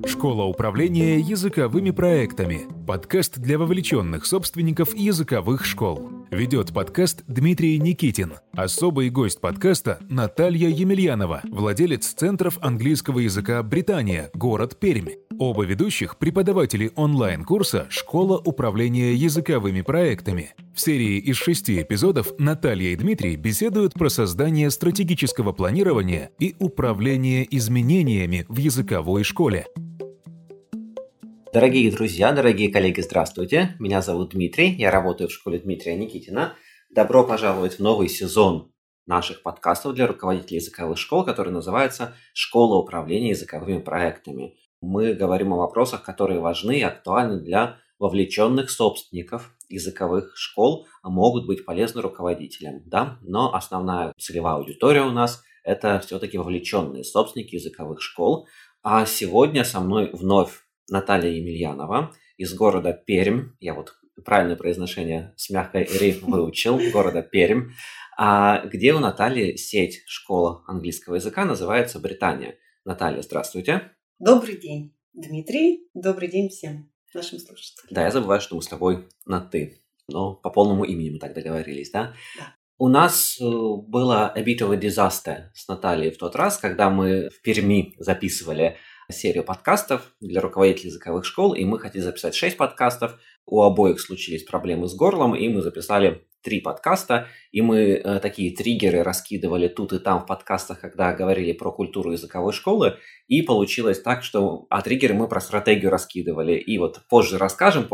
Школа управления языковыми проектами. Подкаст для вовлеченных собственников языковых школ. Ведет подкаст Дмитрий Никитин. Особый гость подкаста Наталья Емельянова, владелец центров английского языка «Британия», город Пермь. Оба ведущих – преподаватели онлайн-курса «Школа управления языковыми проектами». В серии из 6 эпизодов Наталья и Дмитрий беседуют про создание стратегического планирования и управление изменениями в языковой школе. Дорогие друзья, дорогие коллеги, здравствуйте. Меня зовут Дмитрий, я работаю в школе Дмитрия Никитина. Добро пожаловать в новый сезон наших подкастов для руководителей языковых школ, который называется «Школа управления языковыми проектами». Мы говорим о вопросах, которые важны и актуальны для вовлеченных собственников языковых школ, а могут быть полезны руководителям, да? Но основная целевая аудитория у нас – это все-таки вовлеченные собственники языковых школ. А сегодня со мной вновь Наталья Емельянова из города Пермь. Я вот правильное произношение с мягкой «ри» выучил, города Пермь, где у Натальи сеть школ английского языка называется «Британия». Наталья, здравствуйте. Добрый день, Дмитрий. Добрый день всем нашим слушателям. Да, я забываю, что мы с тобой на «ты», но по полному имени мы так договорились, да? Да. У нас было a bit of a disaster с Натальей в тот раз, когда мы в Перми записывали серию подкастов для руководителей языковых школ, и мы хотели записать 6 подкастов. У обоих случились проблемы с горлом, и мы записали 3 подкаста, и мы такие триггеры раскидывали тут и там в подкастах, когда говорили про культуру языковой школы, и получилось так, что триггеры мы про стратегию раскидывали, и вот позже расскажем,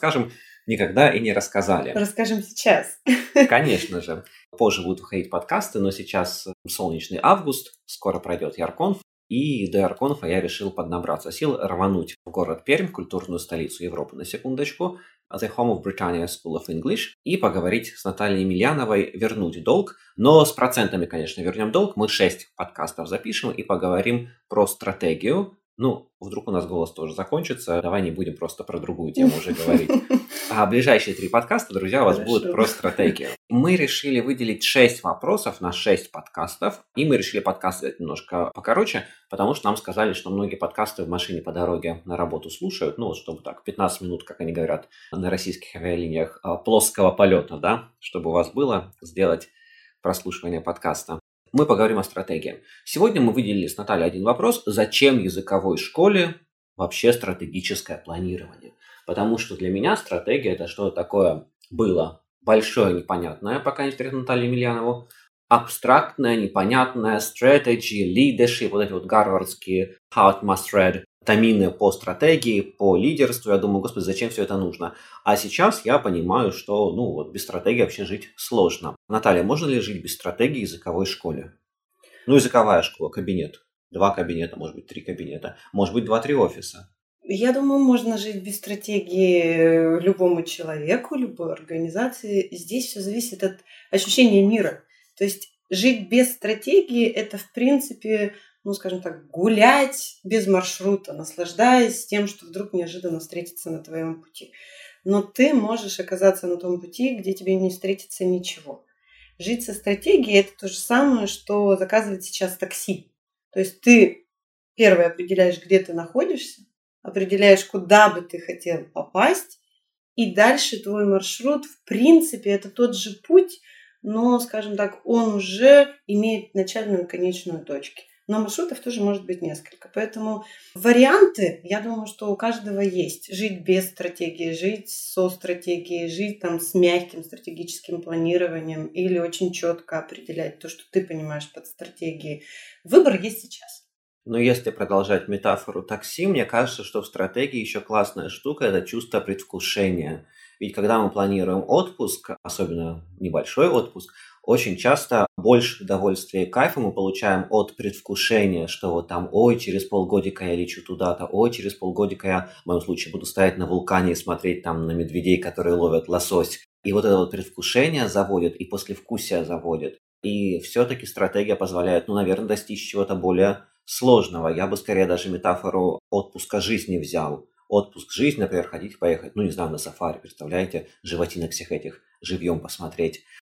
никогда и не рассказали. Расскажем сейчас. Конечно же. Позже будут выходить подкасты, но сейчас солнечный август, скоро пройдет Ярконф, и до Ярконфа я решил поднабраться сил, рвануть в город Пермь, культурную столицу Европы, на секундочку, The Home of Britannia School of English, и поговорить с Натальей Емельяновой, вернуть долг. Но с процентами, конечно, вернем долг. Мы 6 подкастов запишем и поговорим про стратегию. Ну, вдруг у нас голос тоже закончится. Давай не будем просто про другую тему уже говорить. А ближайшие 3 подкаста, друзья, у вас будут про стратегию. Мы решили выделить 6 вопросов на 6 подкастов. И мы решили подкаст сделать немножко покороче, потому что нам сказали, что многие подкасты в машине по дороге на работу слушают. Ну, вот чтобы так, 15 минут, как они говорят на российских авиалиниях, плоского полета, да, чтобы у вас было сделать прослушивание подкаста. Мы поговорим о стратегии. Сегодня мы выделили с Натальей один вопрос. Зачем языковой школе вообще стратегическое планирование? Потому что для меня стратегия – это что-то такое было большое, непонятное, пока не встретил Наталью Емельянову. Абстрактное, непонятное, strategy, leadership, вот эти вот гарвардские how it must read, томины по стратегии, по лидерству. Я думаю, господи, зачем все это нужно? А сейчас я понимаю, что вот без стратегии вообще жить сложно. Наталья, можно ли жить без стратегии в языковой школе? Языковая школа, кабинет. 2 кабинета, может быть, 3 кабинета. Может быть, 2-3 офиса. Я думаю, можно жить без стратегии любому человеку, любой организации. Здесь все зависит от ощущения мира. То есть жить без стратегии – это, в принципе, скажем так, гулять без маршрута, наслаждаясь тем, что вдруг неожиданно встретится на твоем пути. Но ты можешь оказаться на том пути, где тебе не встретится ничего. Жить со стратегией – это то же самое, что заказывать сейчас такси. То есть ты первое определяешь, где ты находишься, определяешь, куда бы ты хотел попасть, и дальше твой маршрут, в принципе, это тот же путь, но, скажем так, он уже имеет начальную и конечную точки. Но маршрутов тоже может быть несколько. Поэтому варианты, я думаю, что у каждого есть. Жить без стратегии, жить со стратегией, жить с мягким стратегическим планированием или очень четко определять то, что ты понимаешь под стратегией. Выбор есть сейчас. Но если продолжать метафору такси, мне кажется, что в стратегии еще классная штука – это чувство предвкушения. Ведь когда мы планируем отпуск, особенно небольшой отпуск, очень часто больше удовольствия и кайфа мы получаем от предвкушения, что через полгодика я лечу туда-то, через полгодика я, в моем случае, буду стоять на вулкане и смотреть на медведей, которые ловят лосось. И вот это вот предвкушение заводит, и послевкусие заводит. И все-таки стратегия позволяет, наверное, достичь чего-то более сложного. Я бы скорее даже метафору отпуска жизни взял. Отпуск жизни, например, поехать, на сафари, представляете, животинок всех этих живьем посмотреть.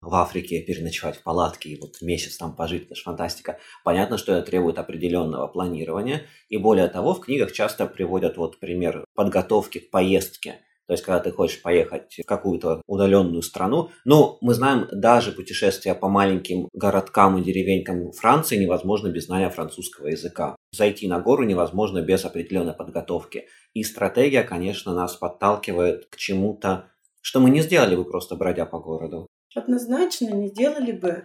в Африке переночевать в палатке и вот месяц там пожить, это же фантастика. Понятно, что это требует определенного планирования. И более того, в книгах часто приводят вот пример подготовки к поездке. То есть, когда ты хочешь поехать в какую-то удаленную страну, ну, мы знаем, даже путешествия по маленьким городкам и деревенькам Франции невозможно без знания французского языка. Зайти на гору невозможно без определенной подготовки. И стратегия, конечно, нас подталкивает к чему-то, что мы не сделали бы просто бродя по городу. Однозначно не сделали бы.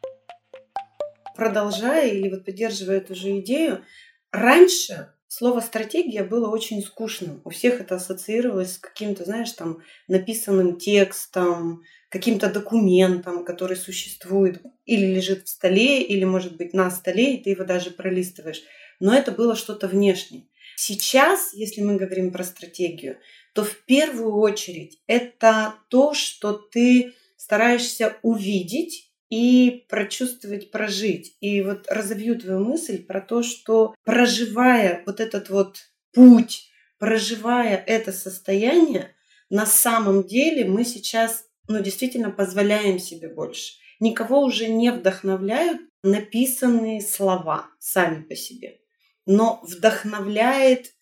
Продолжая или вот поддерживая эту же идею, раньше слово «стратегия» было очень скучным. У всех это ассоциировалось с каким-то, знаешь, там, написанным текстом, каким-то документом, который существует или лежит в столе, или, может быть, на столе, и ты его даже пролистываешь. Но это было что-то внешнее. Сейчас, если мы говорим про стратегию, то в первую очередь это то, что ты стараешься увидеть и прочувствовать, прожить. И вот разовью твою мысль про то, что проживая вот этот вот путь, проживая это состояние, на самом деле мы сейчас, действительно позволяем себе больше. Никого уже не вдохновляют написанные слова сами по себе, но вдохновляет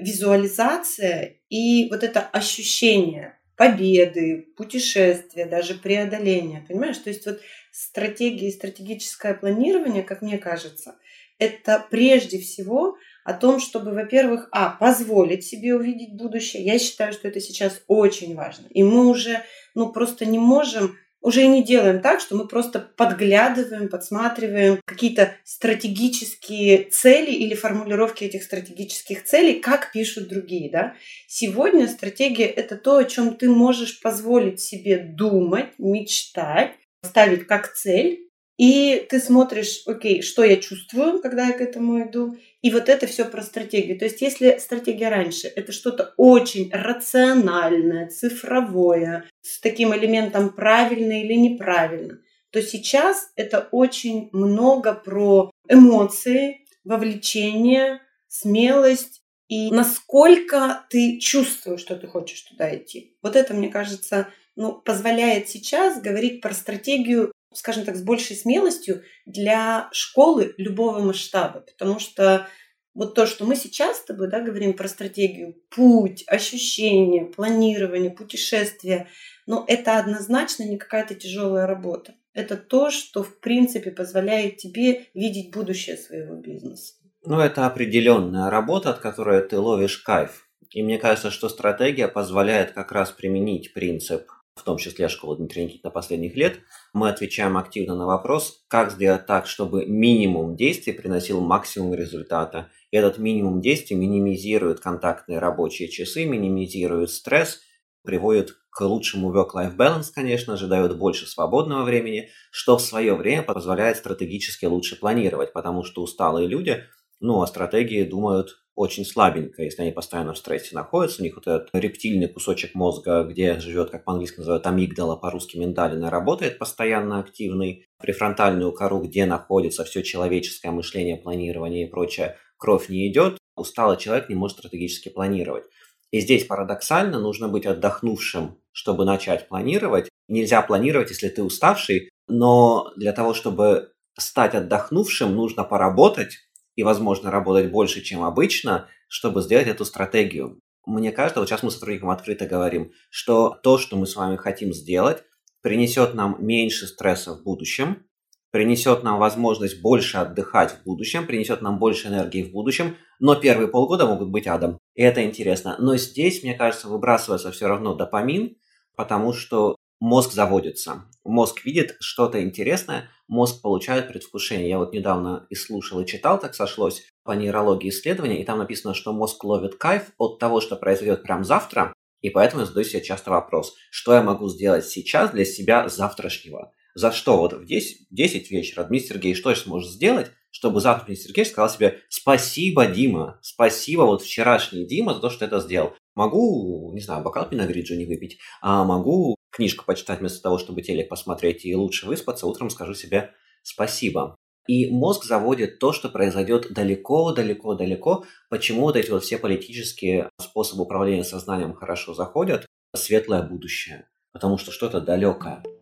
визуализация и вот это ощущение победы, путешествия, даже преодоления. Понимаешь? То есть вот стратегия и стратегическое планирование, как мне кажется, это прежде всего о том, чтобы, во-первых, позволить себе увидеть будущее. Я считаю, что это сейчас очень важно. И мы уже просто не можем, уже и не делаем так, что мы просто подглядываем, подсматриваем какие-то стратегические цели или формулировки этих стратегических целей, как пишут другие. Да? Сегодня стратегия – это то, о чем ты можешь позволить себе думать, мечтать, ставить как цель. И ты смотришь, окей, что я чувствую, когда я к этому иду. И вот это все про стратегию. То есть если стратегия раньше – это что-то очень рациональное, цифровое, с таким элементом правильно или неправильно, то сейчас это очень много про эмоции, вовлечение, смелость и насколько ты чувствуешь, что ты хочешь туда идти. Вот это, мне кажется, позволяет сейчас говорить про стратегию, скажем так, с большей смелостью для школы любого масштаба. Потому что вот то, что мы сейчас с тобой говорим про стратегию, путь, ощущения, планирование, путешествие, это однозначно не какая-то тяжелая работа. Это то, что, в принципе, позволяет тебе видеть будущее своего бизнеса. Это определенная работа, от которой ты ловишь кайф. И мне кажется, что стратегия позволяет как раз применить принцип, в том числе школы Дмитрия Никитина последних лет. Мы отвечаем активно на вопрос, как сделать так, чтобы минимум действий приносил максимум результата. И этот минимум действий минимизирует контактные рабочие часы, минимизирует стресс, приводит к лучшему work-life balance, конечно же, дает больше свободного времени, что в свое время позволяет стратегически лучше планировать, потому что усталые люди, о стратегии думают очень слабенько, если они постоянно в стрессе находятся. У них вот этот рептильный кусочек мозга, где живет, как по-английски называют, амигдала, по-русски миндалина, работает постоянно активный. Префронтальную кору, где находится все человеческое мышление, планирование и прочее, кровь не идет. Усталый человек не может стратегически планировать. И здесь парадоксально нужно быть отдохнувшим, чтобы начать планировать. Нельзя планировать, если ты уставший, но для того, чтобы стать отдохнувшим, нужно поработать, и, возможно, работать больше, чем обычно, чтобы сделать эту стратегию. Мне кажется, вот сейчас мы сотрудникам открыто говорим, что то, что мы с вами хотим сделать, принесет нам меньше стресса в будущем, принесет нам возможность больше отдыхать в будущем, принесет нам больше энергии в будущем, но первые полгода могут быть адом. И это интересно. Но здесь, мне кажется, выбрасывается все равно допамин, потому что мозг заводится. Мозг видит что-то интересное, мозг получает предвкушение. Я вот недавно и слушал, и читал, так сошлось, по нейрологии исследования, и там написано, что мозг ловит кайф от того, что произойдет прямо завтра, и поэтому я задаю себе часто вопрос, что я могу сделать сейчас для себя завтрашнего? За что вот в 10 вечера Дмитрий Сергеевич что сможет сделать, чтобы завтра Дмитрий Сергеевич сказал себе: спасибо, Дима, спасибо вот вчерашний Дима за то, что это сделал. Могу, не знаю, бокал пино-гриджо не выпить, а могу книжку почитать вместо того, чтобы телек посмотреть и лучше выспаться, утром скажу себе спасибо. И мозг заводит то, что произойдет далеко-далеко-далеко. Почему вот эти вот все политические способы управления сознанием хорошо заходят? Светлое будущее. Потому что что-то далекое.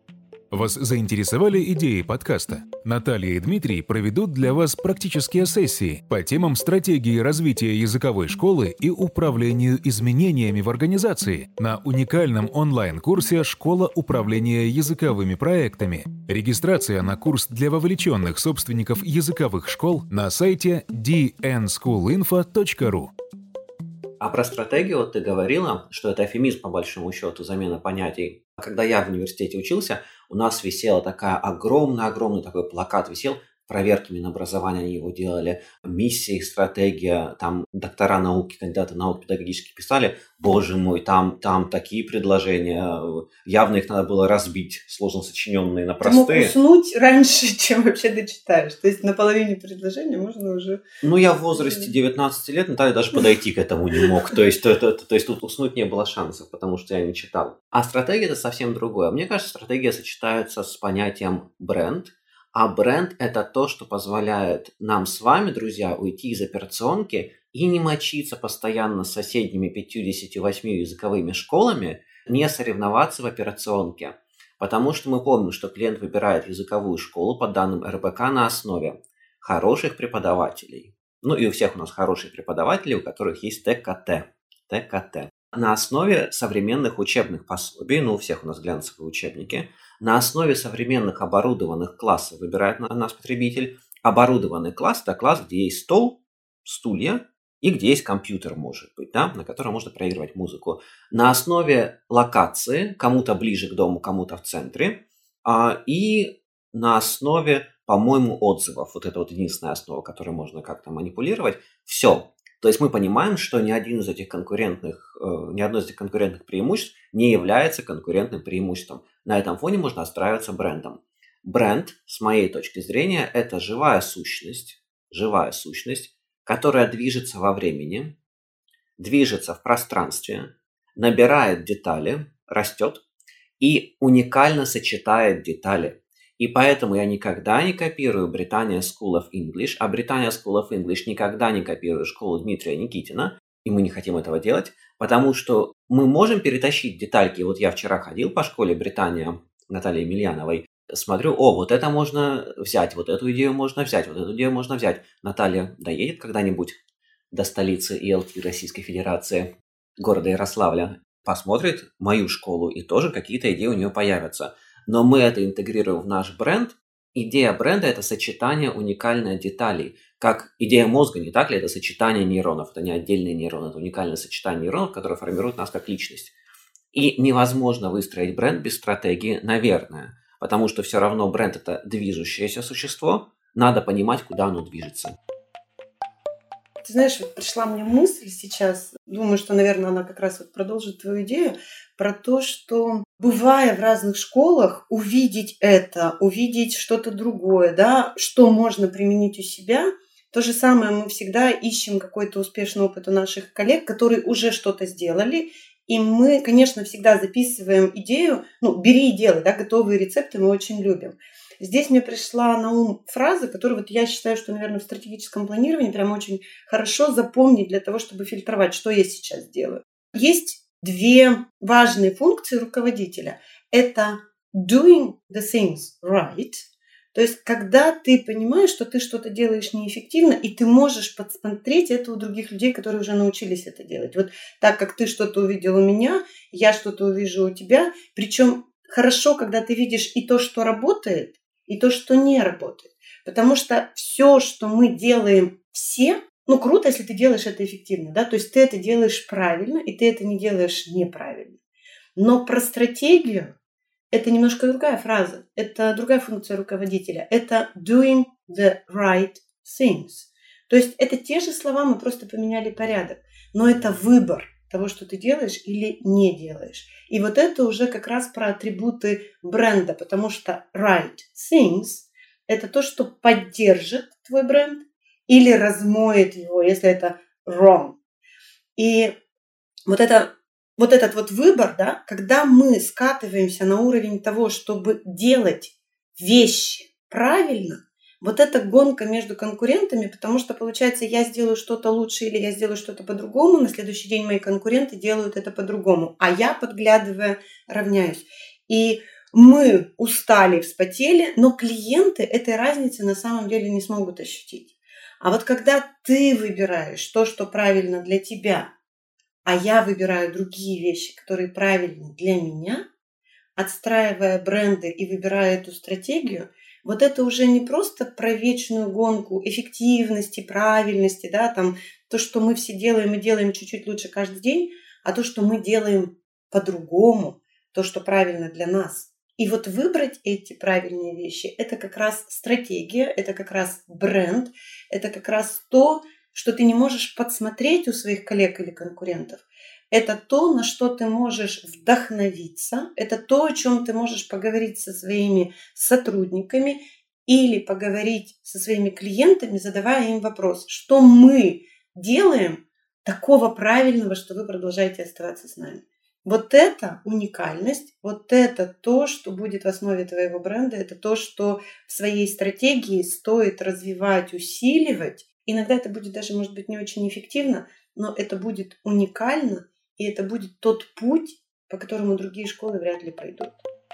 Вас заинтересовали идеи подкаста? Наталья и Дмитрий проведут для вас практические сессии по темам стратегии развития языковой школы и управлению изменениями в организации на уникальном онлайн-курсе «Школа управления языковыми проектами». Регистрация на курс для вовлеченных собственников языковых школ на сайте dnschoolinfo.ru. А про стратегию вот ты говорила, что это эвфемизм по большому счету, замена понятий. Когда я в университете учился, у нас висела такая огромный такой плакат висел, проверки Минобразования, они его делали, миссия, стратегия, там доктора науки, кандидаты наук педагогически писали, боже мой, там такие предложения, явно их надо было разбить, сложно сочиненные на простые. Ты мог уснуть раньше, чем вообще дочитаешь, то есть на половине предложения можно уже... Ну, я в возрасте 19 лет, Наталья, даже подойти к этому не мог, то есть тут уснуть не было шансов, потому что я не читал. А стратегия – это совсем другое. Мне кажется, стратегия сочетается с понятием бренд. А бренд – это то, что позволяет нам с вами, друзья, уйти из операционки и не мочиться постоянно с соседними 58 языковыми школами, не соревноваться в операционке. Потому что мы помним, что клиент выбирает языковую школу по данным РБК на основе хороших преподавателей. Ну и у всех у нас хорошие преподаватели, у которых есть ТКТ. На основе современных учебных пособий, ну у всех у нас глянцевые учебники, на основе современных оборудованных классов выбирает наш потребитель. Оборудованный класс – это класс, где есть стол, стулья и где есть компьютер, может быть, да, на котором можно проигрывать музыку. На основе локации, кому-то ближе к дому, кому-то в центре, и на основе, по-моему, отзывов. Вот это вот единственная основа, которой можно как-то манипулировать. Все. То есть мы понимаем, что ни одно из этих конкурентных преимуществ не является конкурентным преимуществом. На этом фоне можно отстраиваться брендом. Бренд, с моей точки зрения, это живая сущность, которая движется во времени, движется в пространстве, набирает детали, растет и уникально сочетает детали. И поэтому я никогда не копирую Britannia School of English, а Britannia School of English никогда не копирует школу Дмитрия Никитина, и мы не хотим этого делать, потому что мы можем перетащить детальки. Вот я вчера ходил по школе Britannia Натальи Емельяновой, смотрю, вот это можно взять, вот эту идею можно взять, вот эту идею можно взять. Наталья доедет когда-нибудь до столицы ИЛТ Российской Федерации, города Ярославля, посмотрит мою школу, и тоже какие-то идеи у нее появятся. Но мы это интегрируем в наш бренд. Идея бренда – это сочетание уникальных деталей. Как идея мозга, не так ли? Это сочетание нейронов. Это не отдельные нейроны, это уникальное сочетание нейронов, которое формирует нас как личность. И невозможно выстроить бренд без стратегии, наверное. Потому что все равно бренд – это движущееся существо. Надо понимать, куда оно движется. Ты знаешь, вот пришла мне мысль сейчас, думаю, что, наверное, она как раз вот продолжит твою идею, про то, что, бывая в разных школах, увидеть что-то другое, да, что можно применить у себя. То же самое мы всегда ищем какой-то успешный опыт у наших коллег, которые уже что-то сделали, и мы, конечно, всегда записываем идею, бери и делай, да, готовые рецепты мы очень любим. Здесь мне пришла на ум фраза, которую вот я считаю, что, наверное, в стратегическом планировании прям очень хорошо запомнить для того, чтобы фильтровать, что я сейчас делаю. Есть две важные функции руководителя. Это doing the things right, то есть когда ты понимаешь, что ты что-то делаешь неэффективно, и ты можешь подсмотреть это у других людей, которые уже научились это делать. Вот так как ты что-то увидел у меня, я что-то увижу у тебя. Причем хорошо, когда ты видишь и то, что работает, и то, что не работает. Потому что все, что мы делаем все, круто, если ты делаешь это эффективно, да, то есть ты это делаешь правильно, и ты это не делаешь неправильно. Но про стратегию это немножко другая фраза, это другая функция руководителя, это doing the right things. То есть это те же слова, мы просто поменяли порядок, но это выбор того, что ты делаешь или не делаешь. И вот это уже как раз про атрибуты бренда, потому что right things – это то, что поддержит твой бренд или размоет его, если это wrong. И вот этот выбор, да, когда мы скатываемся на уровень того, чтобы делать вещи правильно, вот эта гонка между конкурентами, потому что, получается, я сделаю что-то лучше или я сделаю что-то по-другому, на следующий день мои конкуренты делают это по-другому, а я, подглядывая, равняюсь. И мы устали, вспотели, но клиенты этой разницы на самом деле не смогут ощутить. А вот когда ты выбираешь то, что правильно для тебя, а я выбираю другие вещи, которые правильны для меня, отстраивая бренды и выбирая эту стратегию, вот это уже не просто про вечную гонку эффективности, правильности, да, там то, что мы все делаем и делаем чуть-чуть лучше каждый день, а то, что мы делаем по-другому, то, что правильно для нас. И вот выбрать эти правильные вещи, это как раз стратегия, это как раз бренд, это как раз то, что ты не можешь подсмотреть у своих коллег или конкурентов. Это то, на что ты можешь вдохновиться, это то, о чем ты можешь поговорить со своими сотрудниками или поговорить со своими клиентами, задавая им вопрос, что мы делаем такого правильного, что вы продолжаете оставаться с нами. Вот это уникальность, вот это то, что будет в основе твоего бренда, это то, что в своей стратегии стоит развивать, усиливать. Иногда это будет даже, может быть, не очень эффективно, но это будет уникально, и это будет тот путь, по которому другие школы вряд ли пройдут.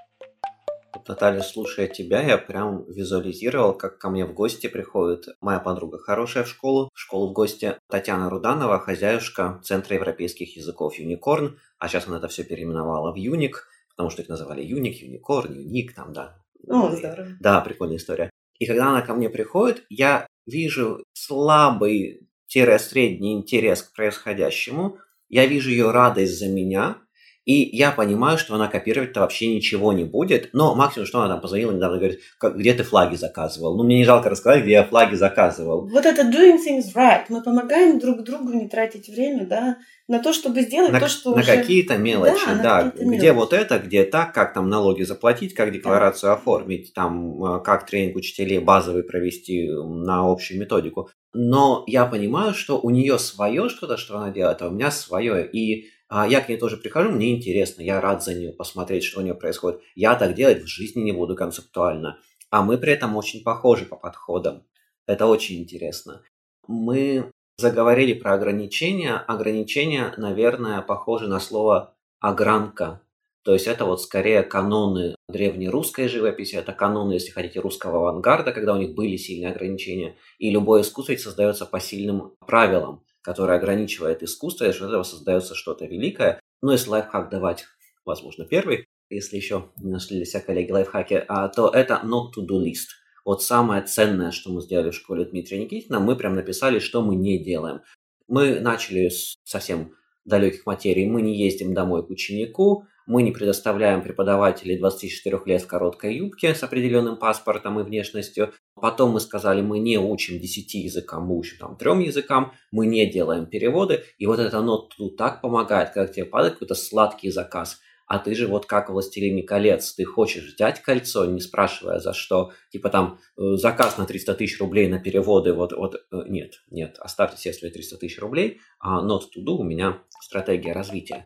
Наталья, слушая тебя, я прям визуализировал, как ко мне в гости приходит моя подруга хорошая в школу в гости Татьяна Руданова, хозяюшка Центра европейских языков Юникорн, а сейчас она это все переименовала в Юник, потому что их называли Юник, Юникорн, Юник, там, да. О, здорово. Да, прикольная история. И когда она ко мне приходит, я вижу слабый-средний интерес к происходящему, я вижу ее радость за меня, и я понимаю, что она копировать-то вообще ничего не будет, но максимум, что она там позвонила недавно, говорит, где ты флаги заказывал? Ну, мне не жалко рассказать, где я флаги заказывал. Вот это doing things right. Мы помогаем друг другу не тратить время, да, на то, чтобы сделать то, что на какие-то мелочи, да. Какие-то где мелочи. Вот это, где так, как там налоги заплатить, как декларацию оформить, там, как тренинг учителей базовый провести на общую методику. Но я понимаю, что у нее свое что-то, что она делает, а у меня свое. И я к ней тоже прихожу, мне интересно, я рад за нее посмотреть, что у нее происходит. Я так делать в жизни не буду концептуально. А мы при этом очень похожи по подходам. Это очень интересно. Мы заговорили про ограничения. Ограничения, наверное, похожи на слово «огранка». То есть это вот скорее каноны древнерусской живописи, это каноны, если хотите, русского авангарда, когда у них были сильные ограничения. И любое искусство ведь создается по сильным правилам, которые ограничивает искусство, и из этого создается что-то великое. Но если лайфхак давать, возможно, первый, если еще не нашли для себя коллеги лайфхаки, то это not to do list. Вот самое ценное, что мы сделали в школе Дмитрия Никитина, мы прям написали, что мы не делаем. Мы начали с совсем далеких материй. Мы не ездим домой к ученику, мы не предоставляем преподавателей 24 лет в короткой юбке с определенным паспортом и внешностью. Потом мы сказали, мы не учим 10 языкам, мы учим там 3 языкам, мы не делаем переводы. И вот это оно тут так помогает, когда тебе падает какой-то сладкий заказ. А ты же вот как в «Властелине колец», ты хочешь взять кольцо, не спрашивая за что, типа там заказ на 300 тысяч рублей на переводы, нет, оставьте себе свои 300 тысяч рублей, а not to do у меня стратегия развития.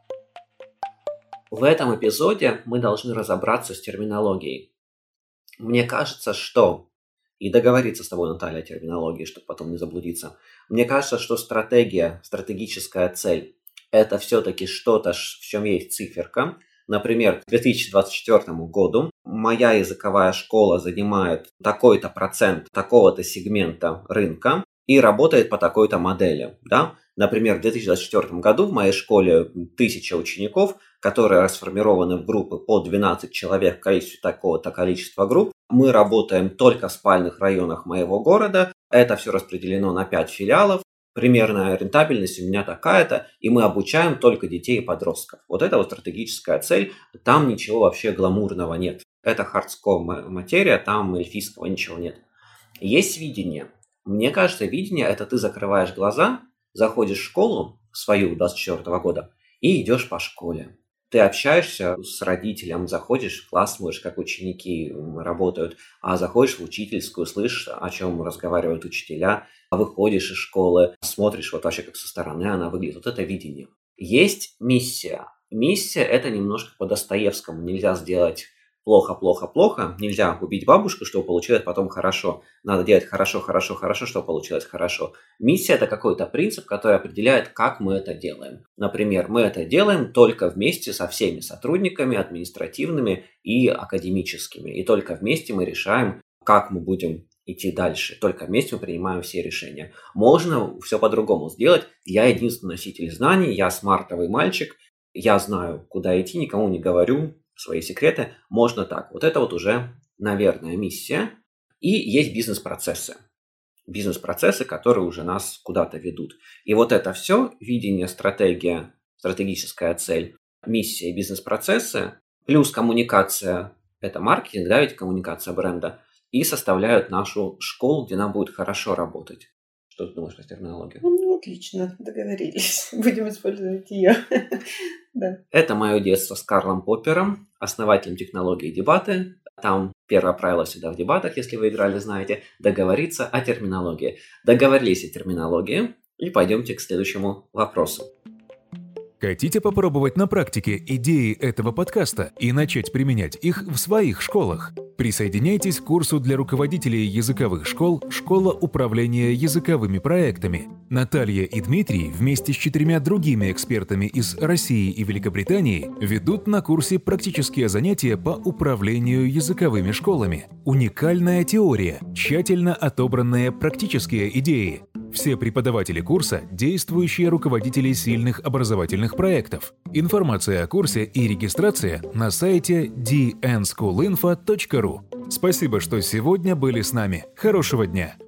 В этом эпизоде мы должны разобраться с терминологией. Мне кажется, что, и договориться с тобой, Наталья, о терминологии, чтобы потом не заблудиться, мне кажется, что стратегическая цель – это все-таки что-то, в чем есть циферка. Например, к 2024 году моя языковая школа занимает такой-то процент такого-то сегмента рынка и работает по такой-то модели. Да? Например, в 2024 году в моей школе 1000 учеников, которые расформированы в группы по 12 человек в количестве такого-то количества групп. Мы работаем только в спальных районах моего города. Это все распределено на 5 филиалов. Примерная рентабельность у меня такая-то, и мы обучаем только детей и подростков. Вот это вот стратегическая цель, там ничего вообще гламурного нет. Это хардскор материя, там эльфийского ничего нет. Есть видение. Мне кажется, видение – это ты закрываешь глаза, заходишь в школу свою 24 года и идешь по школе. Ты общаешься с родителем, заходишь в класс, смотришь, как ученики работают, а заходишь в учительскую, слышишь, о чем разговаривают учителя, выходишь из школы, смотришь вот вообще, как со стороны она выглядит. Вот это видение. Есть миссия. Миссия – это немножко по Достоевскому. Нельзя сделать плохо, плохо, плохо. Нельзя убить бабушку, чтобы получилось потом хорошо. Надо делать хорошо, хорошо, хорошо, чтобы получилось хорошо. Миссия – это какой-то принцип, который определяет, как мы это делаем. Например, мы это делаем только вместе со всеми сотрудниками, административными и академическими. И только вместе мы решаем, как мы будем идти дальше. Только вместе мы принимаем все решения. Можно все по-другому сделать. Я единственный носитель знаний, я смартовый мальчик, я знаю, куда идти, никому не говорю свои секреты. Можно так. Вот это вот уже, наверное, миссия. И есть бизнес-процессы. Бизнес-процессы, которые уже нас куда-то ведут. И вот это все, видение, стратегия, стратегическая цель, миссия и бизнес-процессы, плюс коммуникация, это маркетинг, да, ведь коммуникация бренда, и составляют нашу школу, где нам будет хорошо работать. Что ты думаешь про терминологию? Ну, отлично, договорились. Будем использовать ее. Да. Это мое детство с Карлом Поппером, основателем технологии дебаты. Там первое правило всегда в дебатах, если вы играли, знаете, договориться о терминологии. Договорились о терминологии, и пойдемте к следующему вопросу. Хотите попробовать на практике идеи этого подкаста и начать применять их в своих школах? Присоединяйтесь к курсу для руководителей языковых школ «Школа управления языковыми проектами». Наталья и Дмитрий вместе с 4 другими экспертами из России и Великобритании ведут на курсе практические занятия по управлению языковыми школами. Уникальная теория, тщательно отобранные практические идеи. Все преподаватели курса – действующие руководители сильных образовательных проектов. Информация о курсе и регистрация на сайте dnschoolinfo.ru. Спасибо, что сегодня были с нами. Хорошего дня!